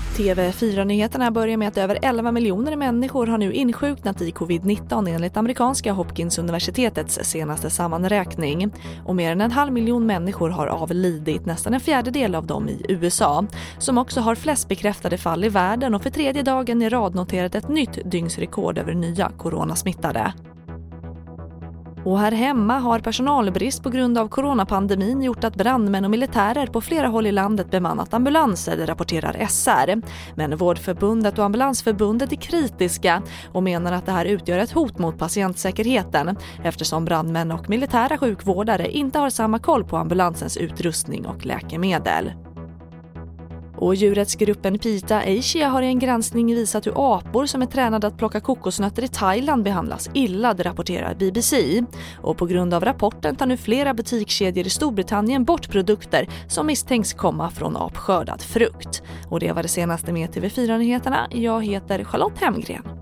TV4-nyheterna börjar med att över 11 miljoner människor har nu insjuknat i covid-19 enligt amerikanska Hopkins-universitetets senaste sammanräkning. Och mer än 500 000 människor har avlidit, nästan en fjärdedel av dem i USA, som också har flest bekräftade fall i världen och för tredje dagen i rad noterat ett nytt dygnsrekord över nya coronasmittade. Och här hemma har personalbrist på grund av coronapandemin gjort att brandmän och militärer på flera håll i landet bemannat ambulanser, rapporterar SR. Men Vårdförbundet och Ambulansförbundet är kritiska och menar att det här utgör ett hot mot patientsäkerheten eftersom brandmän och militära sjukvårdare inte har samma koll på ambulansens utrustning och läkemedel. Och djurrättsgruppen PETA Asia har i en granskning visat hur apor som är tränade att plocka kokosnötter i Thailand behandlas illa, det rapporterar BBC. Och på grund av rapporten tar nu flera butikskedjor i Storbritannien bort produkter som misstänks komma från apskördad frukt. Och det var det senaste med TV4-nyheterna. Jag heter Charlotte Hemgren.